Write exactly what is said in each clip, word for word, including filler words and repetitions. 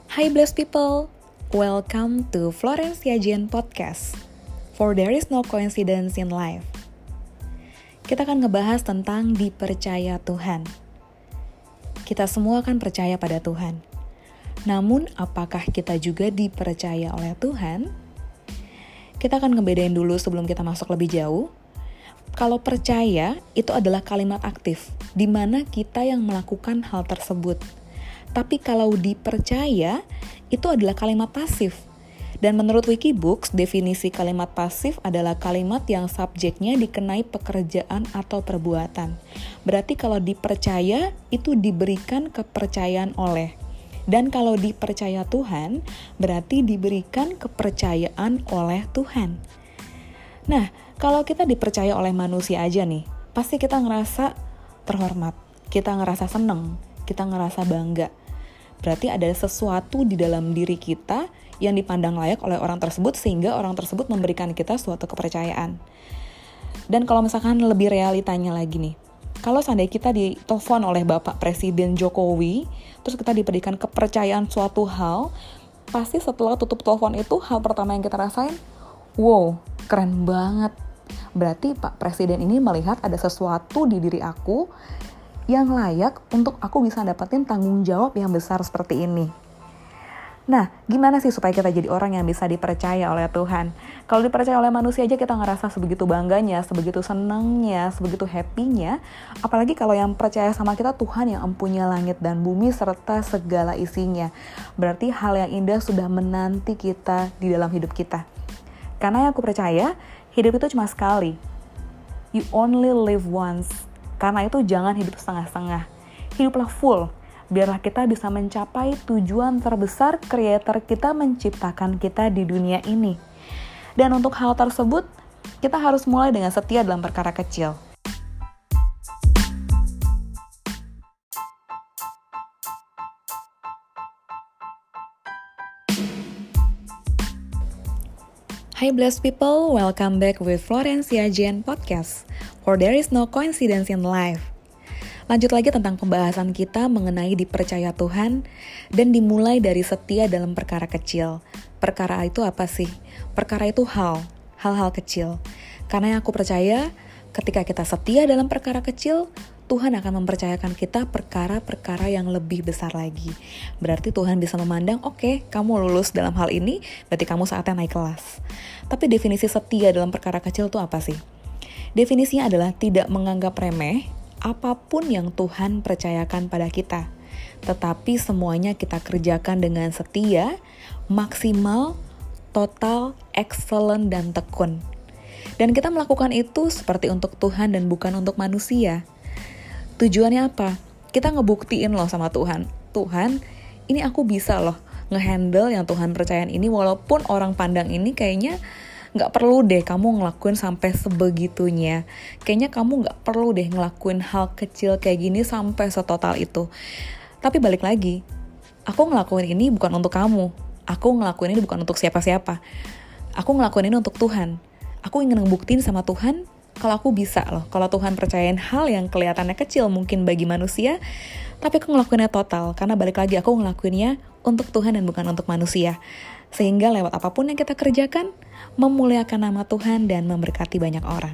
Hi blessed people, welcome to Florence Yajian Podcast. For there is no coincidence in life. Kita akan ngebahas tentang dipercaya Tuhan. Kita semua kan percaya pada Tuhan. Namun apakah kita juga dipercaya oleh Tuhan? Kita akan ngebedain dulu sebelum kita masuk lebih jauh. Kalau percaya itu adalah kalimat aktif, di mana kita yang melakukan hal tersebut. Tapi kalau dipercaya, itu adalah kalimat pasif. Dan menurut Wikibooks, definisi kalimat pasif adalah kalimat yang subjeknya dikenai pekerjaan atau perbuatan. Berarti kalau dipercaya, itu diberikan kepercayaan oleh. Dan kalau dipercaya Tuhan, berarti diberikan kepercayaan oleh Tuhan. Nah, kalau kita dipercaya oleh manusia aja nih, pasti kita ngerasa terhormat, kita ngerasa seneng, kita ngerasa bangga. Berarti ada sesuatu di dalam diri kita yang dipandang layak oleh orang tersebut sehingga orang tersebut memberikan kita suatu kepercayaan. Dan kalau misalkan lebih realitanya lagi nih, kalau seandainya kita ditelepon oleh Bapak Presiden Jokowi, terus kita diberikan kepercayaan suatu hal, pasti setelah tutup telepon itu hal pertama yang kita rasain, wow, keren banget. Berarti Pak Presiden ini melihat ada sesuatu di diri aku yang layak untuk aku bisa dapetin tanggung jawab yang besar seperti ini. Nah, gimana sih supaya kita jadi orang yang bisa dipercaya oleh Tuhan? Kalau dipercaya oleh manusia aja kita ngerasa sebegitu bangganya, sebegitu senangnya, sebegitu happy-nya. Apalagi kalau yang percaya sama kita Tuhan yang empunya langit dan bumi serta segala isinya. Berarti hal yang indah sudah menanti kita di dalam hidup kita. Karena yang aku percaya, hidup itu cuma sekali. You only live once. Karena itu jangan hidup setengah-setengah. Hiduplah full. Biarlah kita bisa mencapai tujuan terbesar Creator kita menciptakan kita di dunia ini. Dan untuk hal tersebut, kita harus mulai dengan setia dalam perkara kecil. Hi blessed people, welcome back with Florence Yajian Podcast. For there is no coincidence in life. Lanjut lagi tentang pembahasan kita mengenai dipercaya Tuhan dan dimulai dari setia dalam perkara kecil. Perkara itu apa sih? Perkara itu hal, hal-hal kecil. Karena yang aku percaya, ketika kita setia dalam perkara kecil, Tuhan akan mempercayakan kita perkara-perkara yang lebih besar lagi. Berarti Tuhan bisa memandang, oke, okay, kamu lulus dalam hal ini, berarti kamu saatnya naik kelas. Tapi definisi setia dalam perkara kecil itu apa sih? Definisinya adalah tidak menganggap remeh apapun yang Tuhan percayakan pada kita. Tetapi semuanya kita kerjakan dengan setia, maksimal, total, excellent, dan tekun. Dan kita melakukan itu seperti untuk Tuhan dan bukan untuk manusia. Tujuannya apa? Kita ngebuktiin loh sama Tuhan. Tuhan, ini aku bisa loh ngehandle yang Tuhan percayain ini walaupun orang pandang ini kayaknya gak perlu deh kamu ngelakuin sampai sebegitunya. Kayaknya kamu gak perlu deh ngelakuin hal kecil kayak gini sampai setotal itu. Tapi balik lagi, aku ngelakuin ini bukan untuk kamu. Aku ngelakuin ini bukan untuk siapa-siapa. Aku ngelakuin ini untuk Tuhan. Aku ingin ngebuktiin sama Tuhan kalau aku bisa loh. Kalau Tuhan percayain hal yang kelihatannya kecil mungkin bagi manusia, tapi aku ngelakuinnya total. Karena balik lagi aku ngelakuinnya untuk Tuhan dan bukan untuk manusia. Sehingga lewat apapun yang kita kerjakan, memuliakan nama Tuhan dan memberkati banyak orang.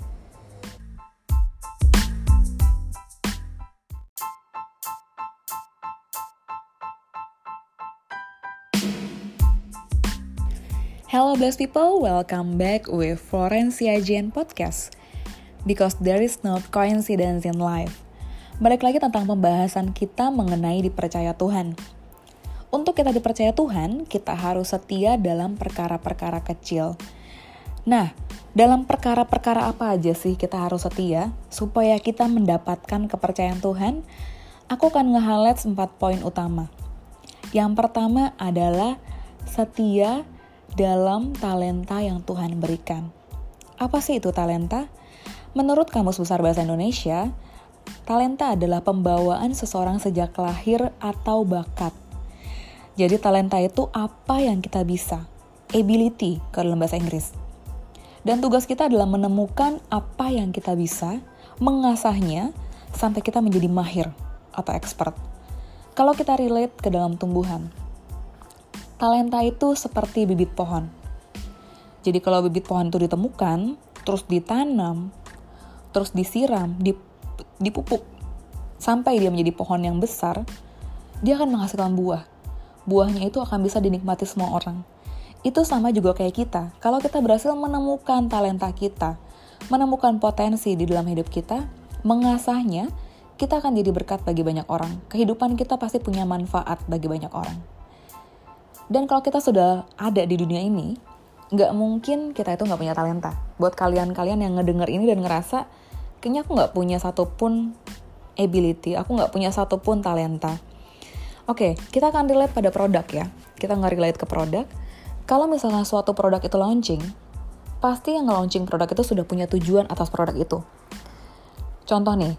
Hello blessed people, welcome back with Florence Yajian Podcast. Because there is no coincidence in life. Balik lagi tentang pembahasan kita mengenai dipercaya Tuhan. Untuk kita dipercaya Tuhan, kita harus setia dalam perkara-perkara kecil. Nah, dalam perkara-perkara apa aja sih kita harus setia supaya kita mendapatkan kepercayaan Tuhan? Aku akan nge-highlight empat poin utama. Yang pertama adalah setia dalam talenta yang Tuhan berikan. Apa sih itu talenta? Menurut Kamus Besar Bahasa Indonesia, talenta adalah pembawaan seseorang sejak lahir atau bakat. Jadi talenta itu apa yang kita bisa, ability kalau dalam bahasa Inggris. Dan tugas kita adalah menemukan apa yang kita bisa, mengasahnya sampai kita menjadi mahir atau expert. Kalau kita relate ke dalam tumbuhan, talenta itu seperti bibit pohon. Jadi kalau bibit pohon itu ditemukan, terus ditanam, terus disiram, dipupuk, sampai dia menjadi pohon yang besar, dia akan menghasilkan buah. Buahnya itu akan bisa dinikmati semua orang. Itu sama juga kayak kita. Kalau kita berhasil menemukan talenta kita, menemukan potensi di dalam hidup kita, mengasahnya, kita akan jadi berkat bagi banyak orang. Kehidupan kita pasti punya manfaat bagi banyak orang. Dan kalau kita sudah ada di dunia ini, gak mungkin kita itu gak punya talenta. Buat kalian-kalian yang ngedenger ini dan ngerasa, kayaknya aku gak punya satupun ability, aku gak punya satupun talenta. Oke, kita akan relate pada produk ya. Kita nge-relate ke produk. Kalau misalnya suatu produk itu launching, pasti yang nge-launching produk itu sudah punya tujuan atas produk itu. Contoh nih,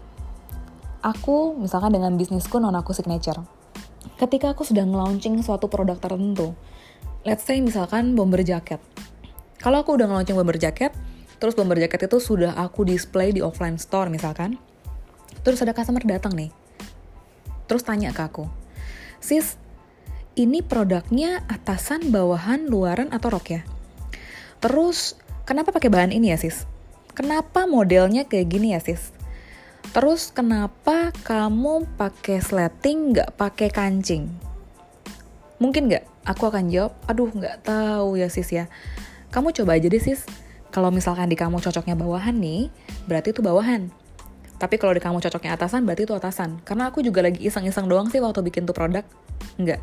aku misalkan dengan bisnisku Nonaku Signature. Ketika aku sedang nge-launching suatu produk tertentu, let's say misalkan bomber jacket. Kalau aku udah nge-launching bomber jacket, terus bomber jacket itu sudah aku display di offline store misalkan, terus ada customer datang nih, terus tanya ke aku, sis, ini produknya atasan, bawahan, luaran, atau rok ya? Terus, kenapa pakai bahan ini ya sis? Kenapa modelnya kayak gini ya sis? Terus, kenapa kamu pakai sleting nggak pakai kancing? Mungkin nggak? Aku akan jawab, aduh nggak tahu ya sis ya. Kamu coba aja deh sis. Kalau misalkan di kamu cocoknya bawahan nih, berarti itu bawahan. Tapi kalau di kamu cocoknya atasan, berarti itu atasan. Karena aku juga lagi iseng-iseng doang sih waktu bikin tuh produk. Enggak.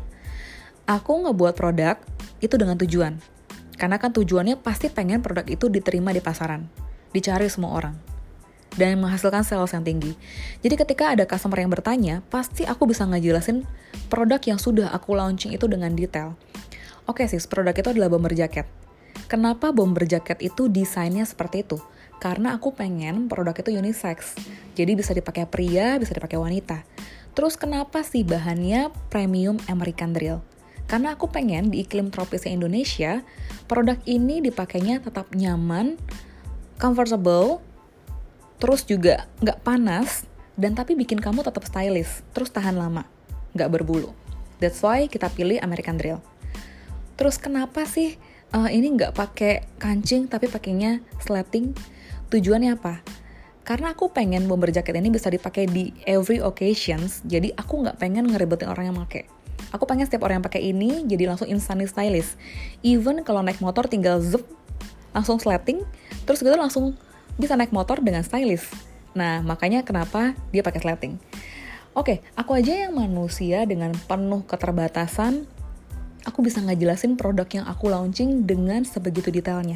Aku ngebuat produk itu dengan tujuan. Karena kan tujuannya pasti pengen produk itu diterima di pasaran. Dicari semua orang. Dan menghasilkan sales yang tinggi. Jadi ketika ada customer yang bertanya, pasti aku bisa ngejelasin produk yang sudah aku launching itu dengan detail. Oke sis, produk itu adalah bomber jacket. Kenapa bomber jacket itu desainnya seperti itu? Karena aku pengen produk itu unisex. Jadi bisa dipakai pria, bisa dipakai wanita. Terus kenapa sih bahannya premium American Drill? Karena aku pengen di iklim tropisnya Indonesia, produk ini dipakainya tetap nyaman, comfortable, terus juga nggak panas, dan tapi bikin kamu tetap stylish, terus tahan lama, nggak berbulu. That's why kita pilih American Drill. Terus kenapa sih uh, ini nggak pakai kancing tapi pakainya sleting? Tujuannya apa? Karena aku pengen bomber jacket ini bisa dipakai di every occasions, jadi aku nggak pengen ngerebetin orang yang pakai. Aku pengen setiap orang yang pakai ini jadi langsung instantly stylish. Even kalau naik motor tinggal zup, langsung sleting, terus gitu langsung bisa naik motor dengan stylish. Nah, makanya kenapa dia pakai sleting. Oke, aku aja yang manusia dengan penuh keterbatasan, aku bisa ngejelasin produk yang aku launching dengan sebegitu detailnya.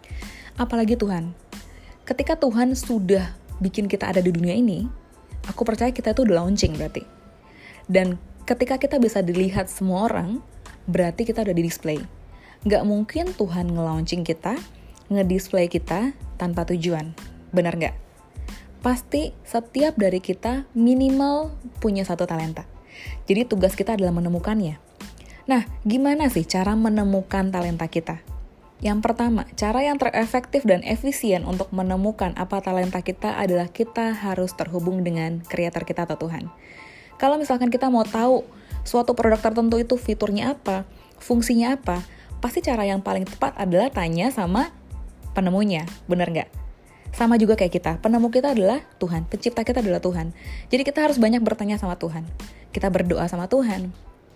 Apalagi Tuhan. Ketika Tuhan sudah bikin kita ada di dunia ini, aku percaya kita itu udah launching berarti. Dan ketika kita bisa dilihat semua orang, berarti kita udah di display. Nggak mungkin Tuhan nge-launching kita, nge-display kita tanpa tujuan. Benar nggak? Pasti setiap dari kita minimal punya satu talenta. Jadi tugas kita adalah menemukannya. Nah, gimana sih cara menemukan talenta kita? Yang pertama, cara yang terefektif dan efisien untuk menemukan apa talenta kita adalah kita harus terhubung dengan kreator kita atau Tuhan. Kalau misalkan kita mau tahu suatu produk tertentu itu fiturnya apa, fungsinya apa, pasti cara yang paling tepat adalah tanya sama penemunya, benar nggak? Sama juga kayak kita, penemu kita adalah Tuhan, pencipta kita adalah Tuhan. Jadi kita harus banyak bertanya sama Tuhan. Kita berdoa sama Tuhan.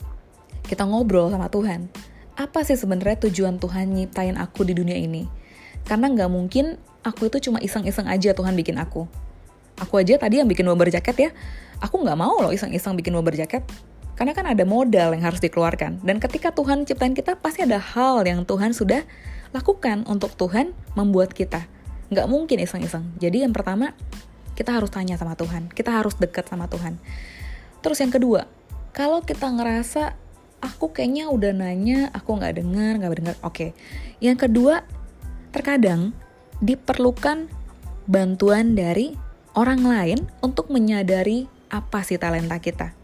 Kita ngobrol sama Tuhan. Apa sih sebenarnya tujuan Tuhan nyiptain aku di dunia ini? Karena nggak mungkin aku itu cuma iseng-iseng aja Tuhan bikin aku. Aku aja tadi yang bikin bomber jacket ya, aku nggak mau loh iseng-iseng bikin bomber jacket. Karena kan ada modal yang harus dikeluarkan. Dan ketika Tuhan ciptain kita, pasti ada hal yang Tuhan sudah lakukan untuk Tuhan membuat kita. Nggak mungkin iseng-iseng. Jadi yang pertama, kita harus tanya sama Tuhan. Kita harus dekat sama Tuhan. Terus yang kedua, kalau kita ngerasa, aku kayaknya udah nanya, aku nggak dengar, nggak dengar. Oke. Yang kedua, terkadang diperlukan bantuan dari orang lain untuk menyadari apa sih talenta kita.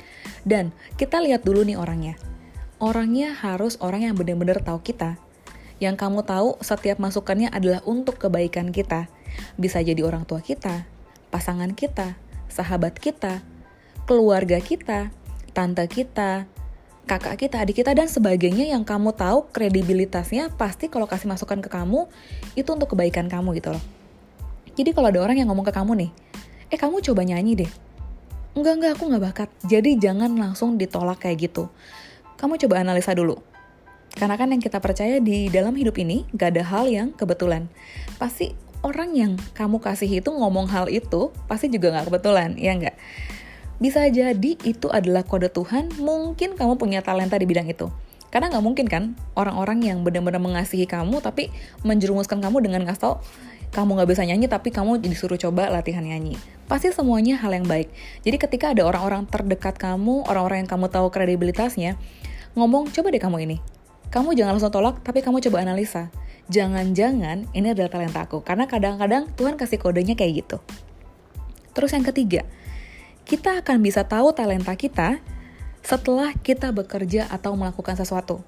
Dan kita lihat dulu nih orangnya. Orangnya harus orang yang benar-benar tahu kita. Yang kamu tahu setiap masukannya adalah untuk kebaikan kita. Bisa jadi orang tua kita, pasangan kita, sahabat kita, keluarga kita, tante kita, kakak kita, adik kita, dan sebagainya yang kamu tahu kredibilitasnya pasti kalau kasih masukan ke kamu, itu untuk kebaikan kamu gitu loh. Jadi kalau ada orang yang ngomong ke kamu nih, eh kamu coba nyanyi deh. Enggak, enggak, aku gak bakat. Jadi jangan langsung ditolak kayak gitu. Kamu coba analisa dulu. Karena kan yang kita percaya di dalam hidup ini gak ada hal yang kebetulan. Pasti orang yang kamu kasih itu ngomong hal itu, pasti juga gak kebetulan, ya enggak? Bisa jadi itu adalah kode Tuhan, mungkin kamu punya talenta di bidang itu. Karena gak mungkin kan orang-orang yang benar-benar mengasihi kamu tapi menjerumuskan kamu dengan ngasih tau kamu gak bisa nyanyi tapi kamu disuruh coba latihan nyanyi. Pasti semuanya hal yang baik. Jadi ketika ada orang-orang terdekat kamu, orang-orang yang kamu tahu kredibilitasnya, ngomong coba deh kamu ini. Kamu jangan langsung tolak tapi kamu coba analisa. Jangan-jangan ini adalah talenta aku. Karena kadang-kadang Tuhan kasih kodenya kayak gitu. Terus yang ketiga, kita akan bisa tahu talenta kita setelah kita bekerja atau melakukan sesuatu.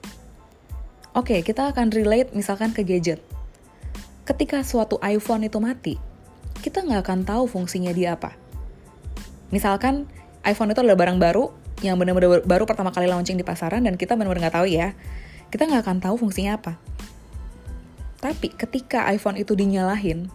Oke, kita akan relate misalkan ke gadget. Ketika suatu iPhone itu mati, kita nggak akan tahu fungsinya dia apa. Misalkan iPhone itu adalah barang baru yang benar-benar baru pertama kali launching di pasaran dan kita benar-benar nggak tahu ya. Kita nggak akan tahu fungsinya apa. Tapi ketika iPhone itu dinyalahin,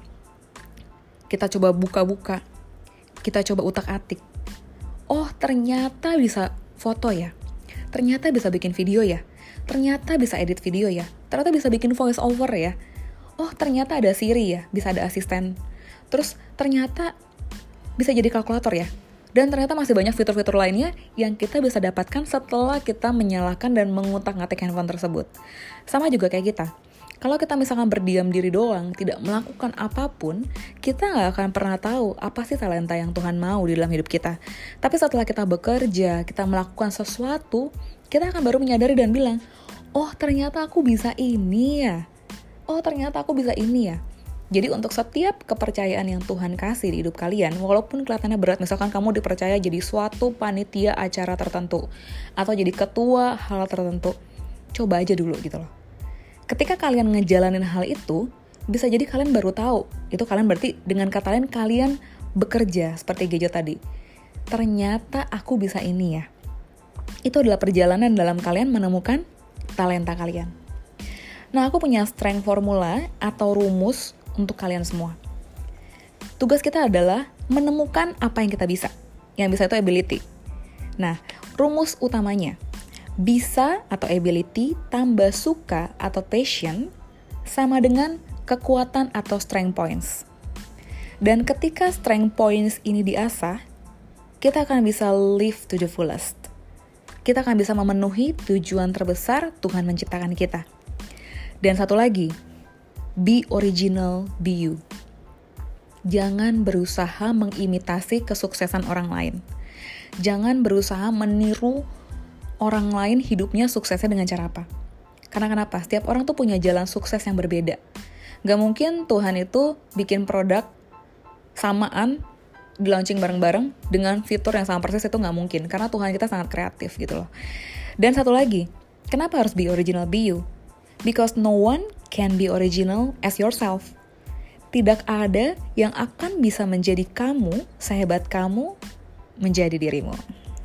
kita coba buka-buka, kita coba utak-atik. Oh, ternyata bisa foto ya. Ternyata bisa bikin video ya. Ternyata bisa edit video ya. Ternyata bisa bikin voice over ya. Oh, ternyata ada Siri ya, bisa ada asisten. Terus ternyata bisa jadi kalkulator ya. Dan ternyata masih banyak fitur-fitur lainnya yang kita bisa dapatkan setelah kita menyalakan dan mengutak-ngatik handphone tersebut. Sama juga kayak kita. Kalau kita misalkan berdiam diri doang, tidak melakukan apapun, kita nggak akan pernah tahu apa sih talenta yang Tuhan mau di dalam hidup kita. Tapi setelah kita bekerja, kita melakukan sesuatu, kita akan baru menyadari dan bilang, oh ternyata aku bisa ini ya. Oh ternyata aku bisa ini ya. Jadi untuk setiap kepercayaan yang Tuhan kasih di hidup kalian, walaupun kelihatannya berat, misalkan kamu dipercaya jadi suatu panitia acara tertentu, atau jadi ketua hal tertentu, coba aja dulu gitu loh. Ketika kalian ngejalanin hal itu, bisa jadi kalian baru tahu. Itu kalian berarti dengan kata lain kalian bekerja seperti Gejo tadi. Ternyata aku bisa ini ya. Itu adalah perjalanan dalam kalian menemukan talenta kalian. Nah, aku punya strength formula atau rumus untuk kalian semua. Tugas kita adalah menemukan apa yang kita bisa. Yang bisa itu ability. Nah, rumus utamanya. Bisa atau ability tambah suka atau passion sama dengan kekuatan atau strength points. Dan ketika strength points ini diasah, kita akan bisa live to the fullest. Kita akan bisa memenuhi tujuan terbesar Tuhan menciptakan kita. Dan satu lagi, be original, be you. Jangan berusaha mengimitasi kesuksesan orang lain. Jangan berusaha meniru orang lain hidupnya suksesnya dengan cara apa. Karena kenapa? Setiap orang tuh punya jalan sukses yang berbeda. Gak mungkin Tuhan itu bikin produk samaan, di launching bareng-bareng dengan fitur yang sama persis, itu gak mungkin. Karena Tuhan kita sangat kreatif gitu loh. Dan satu lagi, kenapa harus be original, be you? Because no one can be original as yourself. Tidak ada yang akan bisa menjadi kamu, sehebat kamu, menjadi dirimu.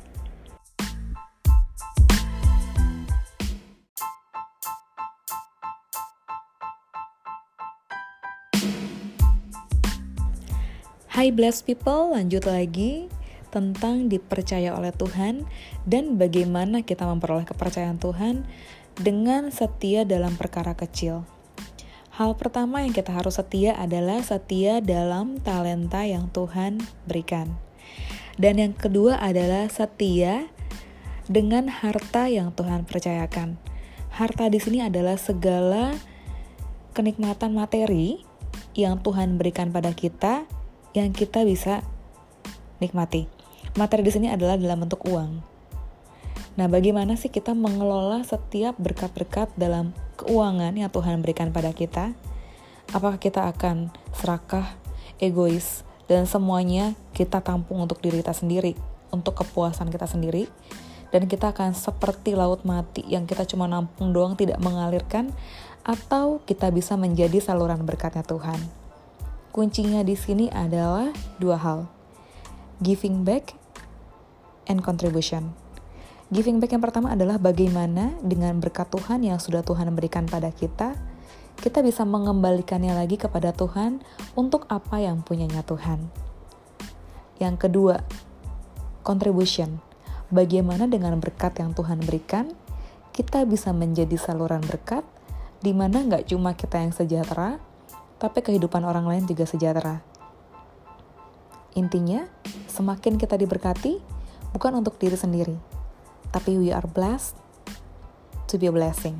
Hai blessed people, lanjut lagi tentang dipercaya oleh Tuhan dan bagaimana kita memperoleh kepercayaan Tuhan dengan setia dalam perkara kecil. Hal pertama yang kita harus setia adalah setia dalam talenta yang Tuhan berikan. Dan yang kedua adalah setia dengan harta yang Tuhan percayakan. Harta di sini adalah segala kenikmatan materi yang Tuhan berikan pada kita yang kita bisa nikmati. Materi di sini adalah dalam bentuk uang. Nah, bagaimana sih kita mengelola setiap berkat-berkat dalam keuangan yang Tuhan berikan pada kita? Apakah kita akan serakah, egois, dan semuanya kita tampung untuk diri kita sendiri, untuk kepuasan kita sendiri, dan kita akan seperti laut mati yang kita cuma nampung doang, tidak mengalirkan, atau kita bisa menjadi saluran berkatnya Tuhan? Kuncinya di sini adalah dua hal, giving back and contribution. Giving back yang pertama adalah bagaimana dengan berkat Tuhan yang sudah Tuhan berikan pada kita, kita bisa mengembalikannya lagi kepada Tuhan untuk apa yang punyanya Tuhan. Yang kedua, contribution. Bagaimana dengan berkat yang Tuhan berikan, kita bisa menjadi saluran berkat, di mana nggak cuma kita yang sejahtera, tapi kehidupan orang lain juga sejahtera. Intinya, semakin kita diberkati, bukan untuk diri sendiri, tapi we are blessed to be a blessing.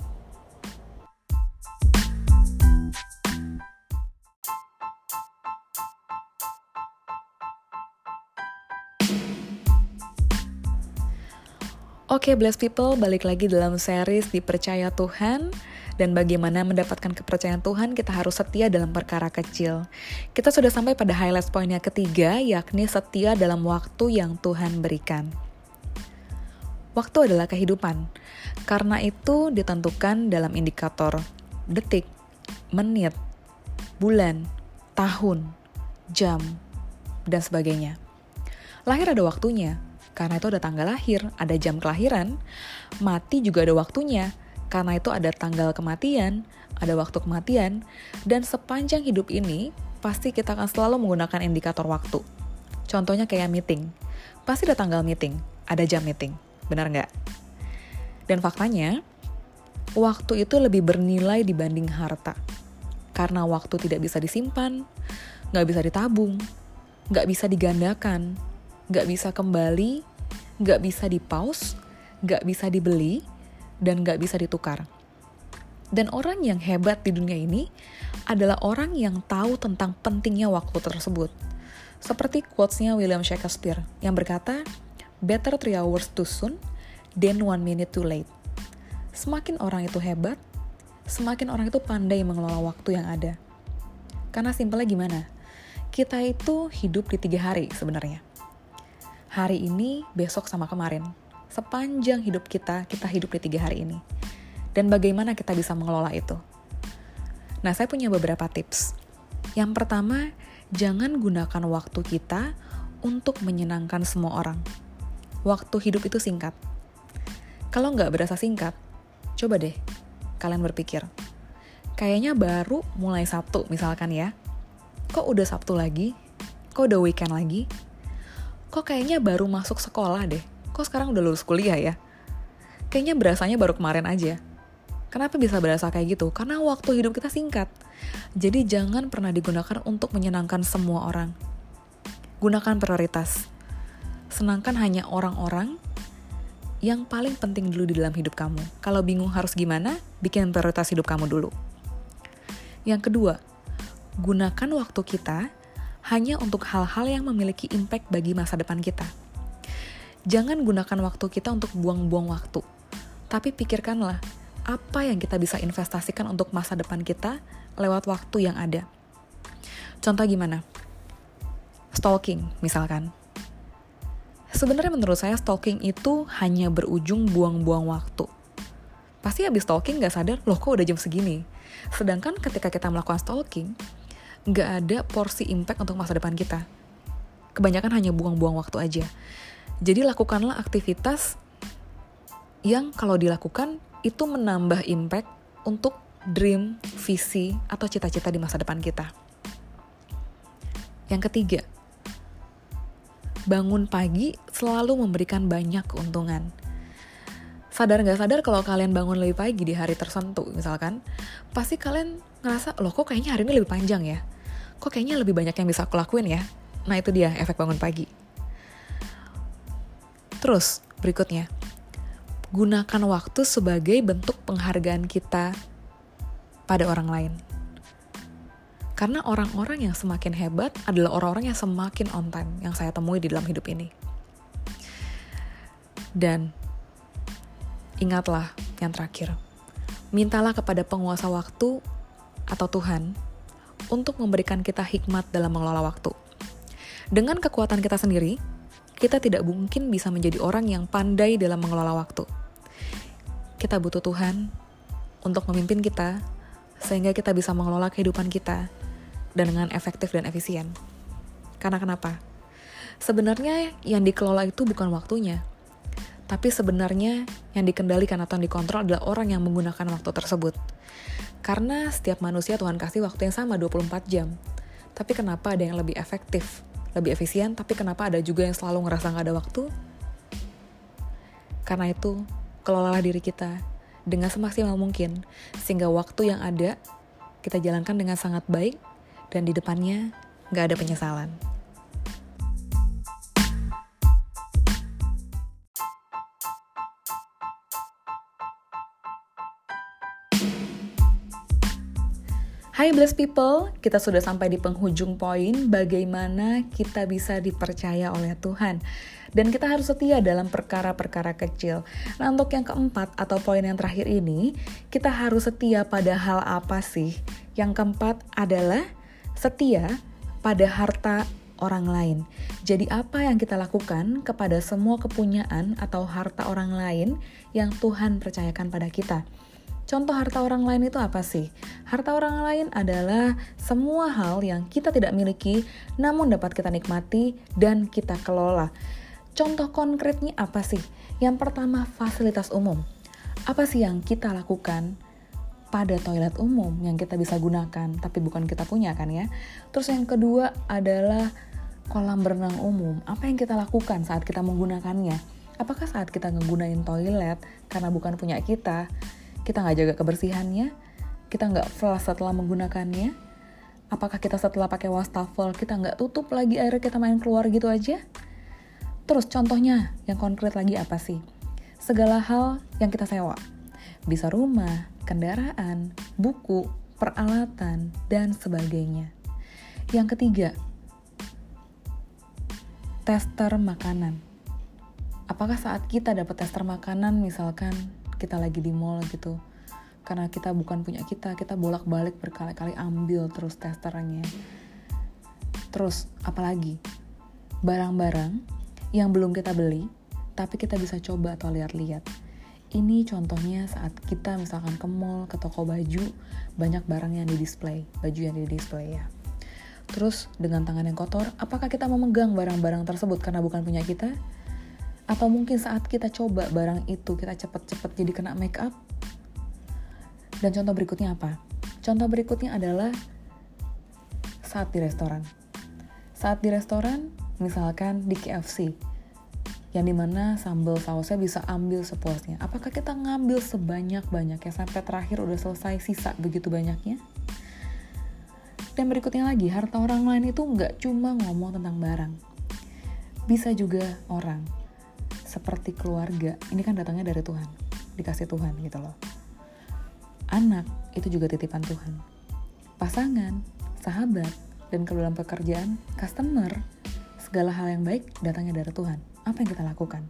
Oke, okay, blessed people, balik lagi dalam series Dipercaya Tuhan. Dan bagaimana mendapatkan kepercayaan Tuhan, kita harus setia dalam perkara kecil. Kita sudah sampai pada highlight poinnya ketiga, yakni setia dalam waktu yang Tuhan berikan. Waktu adalah kehidupan. Karena itu ditentukan dalam indikator detik, menit, bulan, tahun, jam, dan sebagainya. Lahir ada waktunya, karena itu ada tanggal lahir, ada jam kelahiran. Mati juga ada waktunya, karena itu ada tanggal kematian, ada waktu kematian, dan sepanjang hidup ini, pasti kita akan selalu menggunakan indikator waktu. Contohnya kayak meeting. Pasti ada tanggal meeting, ada jam meeting. Benar nggak? Dan faktanya, waktu itu lebih bernilai dibanding harta. Karena waktu tidak bisa disimpan, nggak bisa ditabung, nggak bisa digandakan, nggak bisa kembali, nggak bisa di-pause, nggak bisa dibeli, dan gak bisa ditukar. Dan orang yang hebat di dunia ini adalah orang yang tahu tentang pentingnya waktu tersebut. Seperti quotes-nya William Shakespeare yang berkata, better three hours too soon than one minute too late. Semakin orang itu hebat, semakin orang itu pandai mengelola waktu yang ada. Karena simpelnya gimana? Kita itu hidup di tiga hari sebenarnya. Hari ini, besok, sama kemarin. Sepanjang hidup kita, kita hidup di tiga hari ini. Dan bagaimana kita bisa mengelola itu? Nah, saya punya beberapa tips. Yang pertama, jangan gunakan waktu kita untuk menyenangkan semua orang. Waktu hidup itu singkat. Kalau nggak berasa singkat, coba deh kalian berpikir. Kayaknya baru mulai Sabtu misalkan ya. Kok udah Sabtu lagi? Kok udah weekend lagi? Kok kayaknya baru masuk sekolah deh? Kok sekarang udah lulus kuliah ya? Kayaknya berasanya baru kemarin aja. Kenapa bisa berasa kayak gitu? Karena waktu hidup kita singkat. Jadi jangan pernah digunakan untuk menyenangkan semua orang. Gunakan prioritas. Senangkan hanya orang-orang yang paling penting dulu di dalam hidup kamu. Kalau bingung harus gimana, bikin prioritas hidup kamu dulu. Yang kedua, gunakan waktu kita hanya untuk hal-hal yang memiliki impact bagi masa depan kita. Jangan gunakan waktu kita untuk buang-buang waktu. Tapi pikirkanlah, apa yang kita bisa investasikan untuk masa depan kita lewat waktu yang ada. Contoh gimana? Stalking, misalkan. Sebenarnya menurut saya stalking itu hanya berujung buang-buang waktu. Pasti habis stalking gak sadar, loh kok udah jam segini. Sedangkan ketika kita melakukan stalking, gak ada porsi impact untuk masa depan kita. Kebanyakan hanya buang-buang waktu aja. Jadi lakukanlah aktivitas yang kalau dilakukan itu menambah impact untuk dream, visi, atau cita-cita di masa depan kita. Yang ketiga, bangun pagi selalu memberikan banyak keuntungan. Sadar gak sadar kalau kalian bangun lebih pagi di hari tertentu misalkan, pasti kalian ngerasa, loh kok kayaknya hari ini lebih panjang ya? Kok kayaknya lebih banyak yang bisa aku lakuin ya? Nah itu dia efek bangun pagi. Terus, berikutnya, gunakan waktu sebagai bentuk penghargaan kita pada orang lain. Karena orang-orang yang semakin hebat adalah orang-orang yang semakin on time yang saya temui di dalam hidup ini. Dan ingatlah yang terakhir, mintalah kepada penguasa waktu atau Tuhan untuk memberikan kita hikmat dalam mengelola waktu. Dengan kekuatan kita sendiri, kita tidak mungkin bisa menjadi orang yang pandai dalam mengelola waktu. Kita butuh Tuhan untuk memimpin kita, sehingga kita bisa mengelola kehidupan kita dengan efektif dan efisien. Karena kenapa? Sebenarnya yang dikelola itu bukan waktunya, Tapi sebenarnya yang dikendalikan atau yang dikontrol adalah orang yang menggunakan waktu tersebut. Karena setiap manusia Tuhan kasih waktu yang sama dua puluh empat jam. Tapi kenapa ada yang lebih efektif, lebih efisien, tapi kenapa ada juga yang selalu ngerasa gak ada waktu? Karena itu, kelolalah diri kita dengan semaksimal mungkin, sehingga waktu yang ada kita jalankan dengan sangat baik, dan di depannya gak ada penyesalan. Hai blessed people, kita sudah sampai di penghujung poin bagaimana kita bisa dipercaya oleh Tuhan. Dan kita harus setia dalam perkara-perkara kecil. Nah untuk yang keempat atau poin yang terakhir ini, kita harus setia pada hal apa sih? Yang keempat adalah setia pada harta orang lain. Jadi apa yang kita lakukan kepada semua kepunyaan atau harta orang lain yang Tuhan percayakan pada kita. Contoh harta orang lain itu apa sih? Harta orang lain adalah semua hal yang kita tidak miliki, namun dapat kita nikmati dan kita kelola. Contoh konkretnya apa sih? Yang pertama, fasilitas umum. Apa sih yang kita lakukan pada toilet umum yang kita bisa gunakan, tapi bukan kita punya kan ya? Terus yang kedua adalah kolam berenang umum. Apa yang kita lakukan saat kita menggunakannya? Apakah saat kita ngegunain toilet karena bukan punya kita, kita nggak jaga kebersihannya, kita nggak flush setelah menggunakannya? Apakah kita setelah pakai wastafel, kita nggak tutup lagi airnya, kita main keluar gitu aja? Terus contohnya, yang konkret lagi apa sih? Segala hal yang kita sewa. Bisa rumah, kendaraan, buku, peralatan, dan sebagainya. Yang ketiga, tester makanan. Apakah saat kita dapat tester makanan, misalkan kita lagi di mall gitu, karena kita bukan punya kita, kita bolak-balik berkali-kali ambil terus testernya. Terus apalagi barang-barang yang belum kita beli tapi kita bisa coba atau lihat-lihat. Ini contohnya saat kita misalkan ke mall, ke toko baju, banyak barang yang di display, baju yang di display ya. Terus dengan tangan yang kotor, apakah kita memegang barang-barang tersebut karena bukan punya kita? Atau mungkin saat kita coba barang itu, kita cepet-cepet jadi kena make up. Dan contoh berikutnya apa? Contoh berikutnya adalah saat di restoran. Saat di restoran, misalkan di K F C, yang dimana sambal sausnya bisa ambil sepuasnya. Apakah kita ngambil sebanyak-banyaknya sampai terakhir udah selesai, sisa begitu banyaknya? Dan berikutnya lagi, harta orang lain itu nggak cuma ngomong tentang barang. Bisa juga orang. Seperti keluarga, ini kan datangnya dari Tuhan, dikasih Tuhan gitu loh. Anak, itu juga titipan Tuhan. Pasangan, sahabat, dan kalau dalam pekerjaan, customer, segala hal yang baik datangnya dari Tuhan. Apa yang kita lakukan?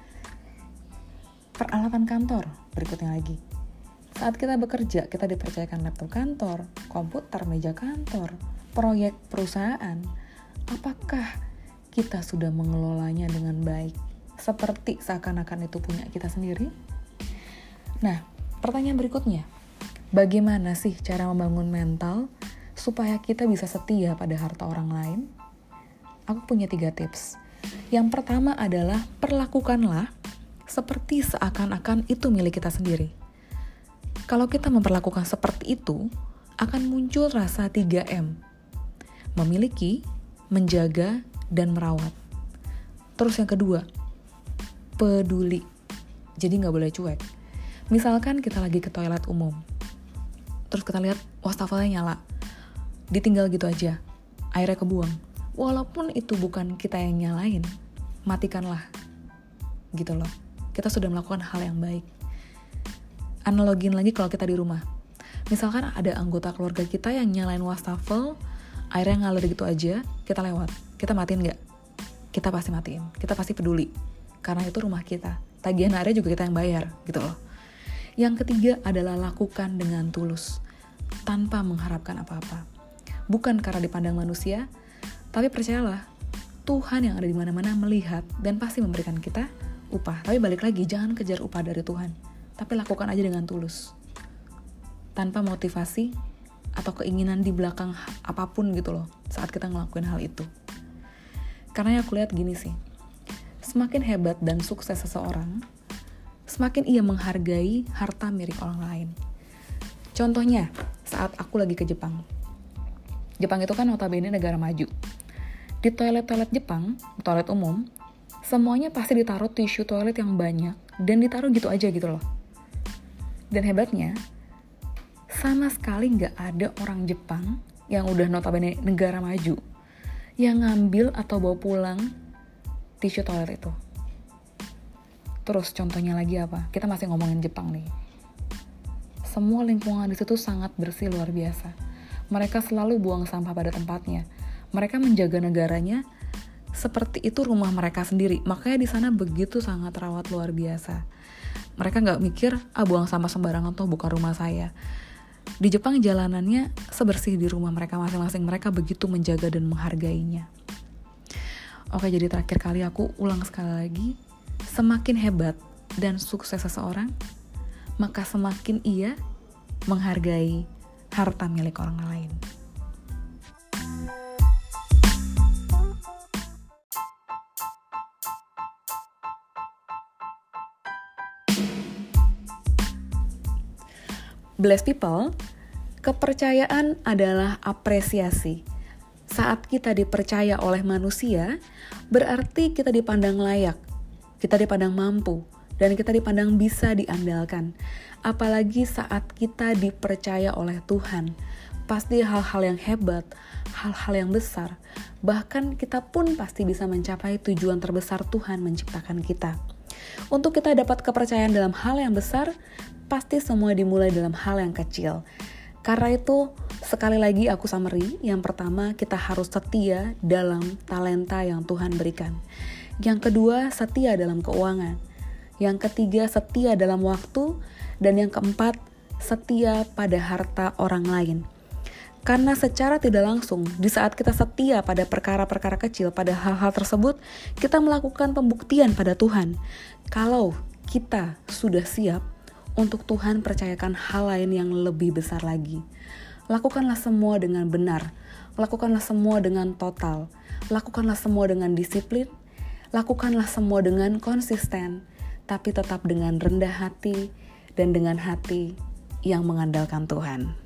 Peralatan kantor, berikutnya lagi. Saat kita bekerja, kita dipercayakan laptop kantor, komputer, meja kantor, proyek perusahaan. Apakah kita sudah mengelolanya dengan baik? Seperti seakan-akan itu punya kita sendiri? Nah, pertanyaan berikutnya, bagaimana sih cara membangun mental supaya kita bisa setia pada harta orang lain? Aku punya tiga tips. Yang pertama adalah perlakukanlah seperti seakan-akan itu milik kita sendiri. Kalau kita memperlakukan seperti itu, akan muncul rasa tiga M. Memiliki, menjaga, dan merawat. Terus yang kedua, peduli. Jadi gak boleh cuek. Misalkan kita lagi ke toilet umum, terus kita lihat wastafelnya nyala, ditinggal gitu aja, airnya kebuang. Walaupun itu bukan kita yang nyalain, matikanlah. Gitu loh. Kita sudah melakukan hal yang baik. Analogin lagi kalau kita di rumah. Misalkan ada anggota keluarga kita yang nyalain wastafel, airnya ngalir gitu aja, kita lewat. Kita matiin gak? Kita pasti matiin. Kita pasti peduli. Karena itu rumah kita. Tagihan airnya juga kita yang bayar, gitu loh. Yang ketiga adalah lakukan dengan tulus, tanpa mengharapkan apa-apa. Bukan karena dipandang manusia, tapi percayalah, Tuhan yang ada di mana-mana melihat dan pasti memberikan kita upah. Tapi balik lagi, jangan kejar upah dari Tuhan, tapi lakukan aja dengan tulus, tanpa motivasi atau keinginan di belakang apapun gitu loh, saat kita ngelakuin hal itu. Karena aku lihat gini sih, semakin hebat dan sukses seseorang, semakin ia menghargai harta milik orang lain. Contohnya, saat aku lagi ke Jepang. Jepang itu kan notabene negara maju. Di toilet-toilet Jepang, toilet umum, semuanya pasti ditaruh tisu toilet yang banyak dan ditaruh gitu aja gitu loh. Dan hebatnya, sama sekali nggak ada orang Jepang yang udah notabene negara maju yang ngambil atau bawa pulang tisu toilet itu. Terus contohnya lagi apa? Kita masih ngomongin Jepang nih. Semua lingkungan di situ sangat bersih luar biasa. Mereka selalu buang sampah pada tempatnya. Mereka menjaga negaranya seperti itu rumah mereka sendiri. Makanya di sana begitu sangat rawat luar biasa. Mereka nggak mikir, ah buang sampah sembarangan tuh bukan rumah saya. Di Jepang jalanannya sebersih di rumah mereka masing-masing. Mereka begitu menjaga dan menghargainya. Oke, jadi terakhir kali aku ulang sekali lagi. Semakin hebat dan sukses seseorang, maka semakin ia menghargai harta milik orang lain. Blessed people, kepercayaan adalah apresiasi. Saat kita dipercaya oleh manusia, berarti kita dipandang layak, kita dipandang mampu, dan kita dipandang bisa diandalkan. Apalagi saat kita dipercaya oleh Tuhan, pasti hal-hal yang hebat, hal-hal yang besar, bahkan kita pun pasti bisa mencapai tujuan terbesar Tuhan menciptakan kita. Untuk kita dapat kepercayaan dalam hal yang besar, pasti semua dimulai dalam hal yang kecil. Karena itu, sekali lagi aku summary, yang pertama kita harus setia dalam talenta yang Tuhan berikan. Yang kedua, setia dalam keuangan. Yang ketiga, setia dalam waktu. Dan yang keempat, setia pada harta orang lain. Karena secara tidak langsung, di saat kita setia pada perkara-perkara kecil, pada hal-hal tersebut, kita melakukan pembuktian pada Tuhan. Kalau kita sudah siap untuk Tuhan percayakan hal lain yang lebih besar lagi. Lakukanlah semua dengan benar. Lakukanlah semua dengan total. Lakukanlah semua dengan disiplin. Lakukanlah semua dengan konsisten, tapi tetap dengan rendah hati dan dengan hati yang mengandalkan Tuhan.